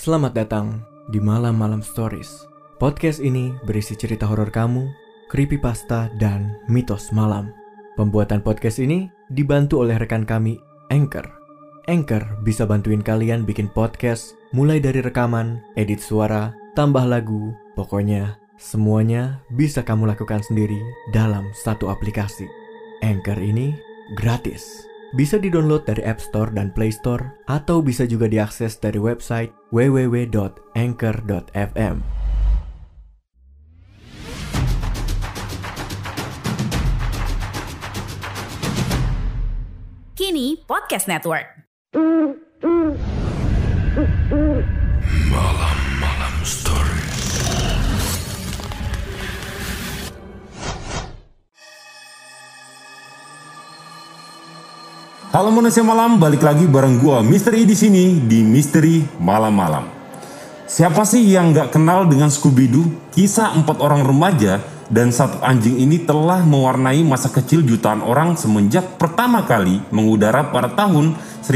Selamat datang di Malam-Malam Stories. Podcast ini berisi cerita horor kamu, creepypasta, dan mitos malam. Pembuatan podcast ini dibantu oleh rekan kami, Anchor. Anchor bisa bantuin kalian bikin podcast mulai dari rekaman, edit suara, tambah lagu, pokoknya semuanya bisa kamu lakukan sendiri dalam satu aplikasi. Anchor ini gratis. Bisa di-download dari App Store dan Play Store, atau bisa juga diakses dari website www.anchor.fm. Kini Podcast Network. Malam-Malam Story. Halo manusia malam, balik lagi bareng gua Misteri di sini di Misteri Malam-Malam. Siapa sih yang nggak kenal dengan Scooby-Doo? Kisah 4 orang remaja dan satu anjing ini telah mewarnai masa kecil jutaan orang semenjak pertama kali mengudara pada tahun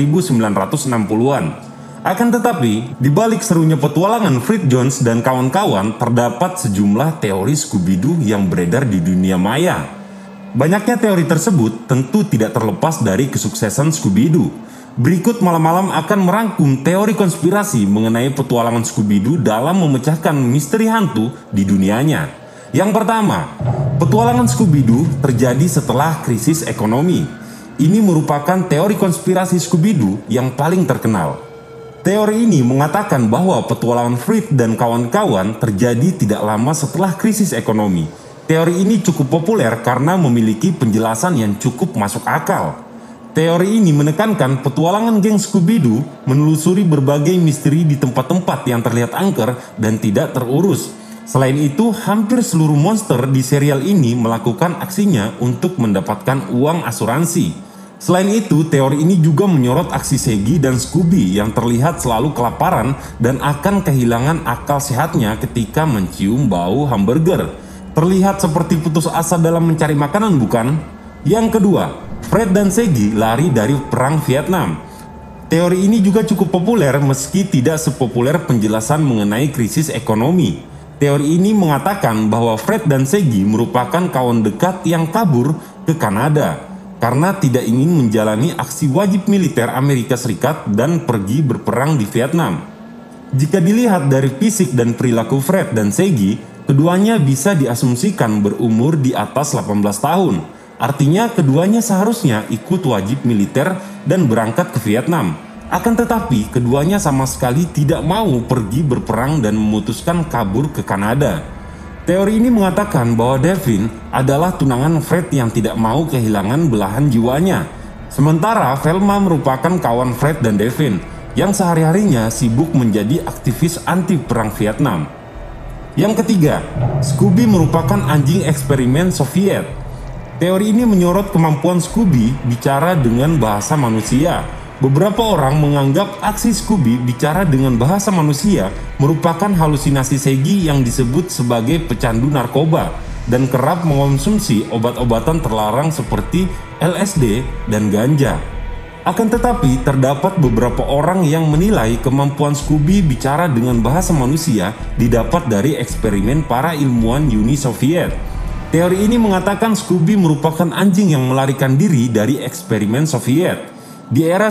1960-an. Akan tetapi, di balik serunya petualangan Fred Jones dan kawan-kawan terdapat sejumlah teori Scooby-Doo yang beredar di dunia maya. Banyaknya teori tersebut tentu tidak terlepas dari kesuksesan Scooby-Doo. Berikut malam-malam akan merangkum teori konspirasi mengenai petualangan Scooby-Doo dalam memecahkan misteri hantu di dunianya. Yang pertama, petualangan Scooby-Doo terjadi setelah krisis ekonomi. Ini merupakan teori konspirasi Scooby-Doo yang paling terkenal. Teori ini mengatakan bahwa petualangan Fred dan kawan-kawan terjadi tidak lama setelah krisis ekonomi. Teori ini cukup populer karena memiliki penjelasan yang cukup masuk akal. Teori ini menekankan petualangan geng Scooby-Doo menelusuri berbagai misteri di tempat-tempat yang terlihat angker dan tidak terurus. Selain itu, hampir seluruh monster di serial ini melakukan aksinya untuk mendapatkan uang asuransi. Selain itu, teori ini juga menyorot aksi Shaggy dan Scooby yang terlihat selalu kelaparan dan akan kehilangan akal sehatnya ketika mencium bau hamburger. Terlihat seperti putus asa dalam mencari makanan, bukan? Yang kedua, Fred dan Shaggy lari dari perang Vietnam. Teori ini juga cukup populer meski tidak sepopuler penjelasan mengenai krisis ekonomi. Teori ini mengatakan bahwa Fred dan Shaggy merupakan kawan dekat yang kabur ke Kanada karena tidak ingin menjalani aksi wajib militer Amerika Serikat dan pergi berperang di Vietnam. Jika dilihat dari fisik dan perilaku Fred dan Shaggy, keduanya bisa diasumsikan berumur di atas 18 tahun. Artinya keduanya seharusnya ikut wajib militer dan berangkat ke Vietnam. Akan tetapi keduanya sama sekali tidak mau pergi berperang dan memutuskan kabur ke Kanada. Teori ini mengatakan bahwa Devin adalah tunangan Fred yang tidak mau kehilangan belahan jiwanya. Sementara Velma merupakan kawan Fred dan Devin yang sehari-harinya sibuk menjadi aktivis anti perang Vietnam. Yang ketiga, Scooby merupakan anjing eksperimen Soviet. Teori ini menyorot kemampuan Scooby bicara dengan bahasa manusia. Beberapa orang menganggap aksi Scooby bicara dengan bahasa manusia merupakan halusinasi Shaggy yang disebut sebagai pecandu narkoba dan kerap mengonsumsi obat-obatan terlarang seperti LSD dan ganja. Akan tetapi, terdapat beberapa orang yang menilai kemampuan Scooby bicara dengan bahasa manusia didapat dari eksperimen para ilmuwan Uni Soviet. Teori ini mengatakan Scooby merupakan anjing yang melarikan diri dari eksperimen Soviet. Di era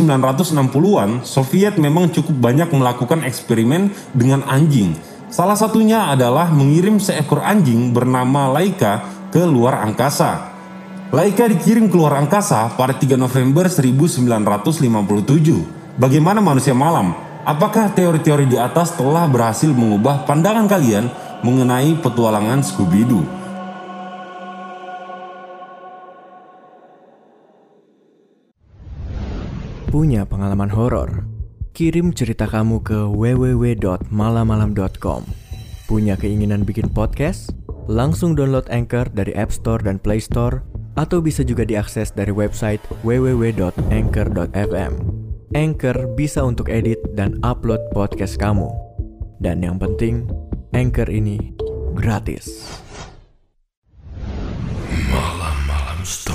1960-an, Soviet memang cukup banyak melakukan eksperimen dengan anjing. Salah satunya adalah mengirim seekor anjing bernama Laika ke luar angkasa. Laika dikirim keluar angkasa pada 3 November 1957. Bagaimana manusia malam? Apakah teori-teori di atas telah berhasil mengubah pandangan kalian mengenai petualangan Scooby-Doo? Punya pengalaman horor? Kirim cerita kamu ke www.malamalam.com. Punya keinginan bikin podcast? Langsung download Anchor dari App Store dan Play Store, atau bisa juga diakses dari website www.anchor.fm. Anchor bisa untuk edit dan upload podcast kamu. Dan yang penting, Anchor ini gratis. Malam-Malam Story.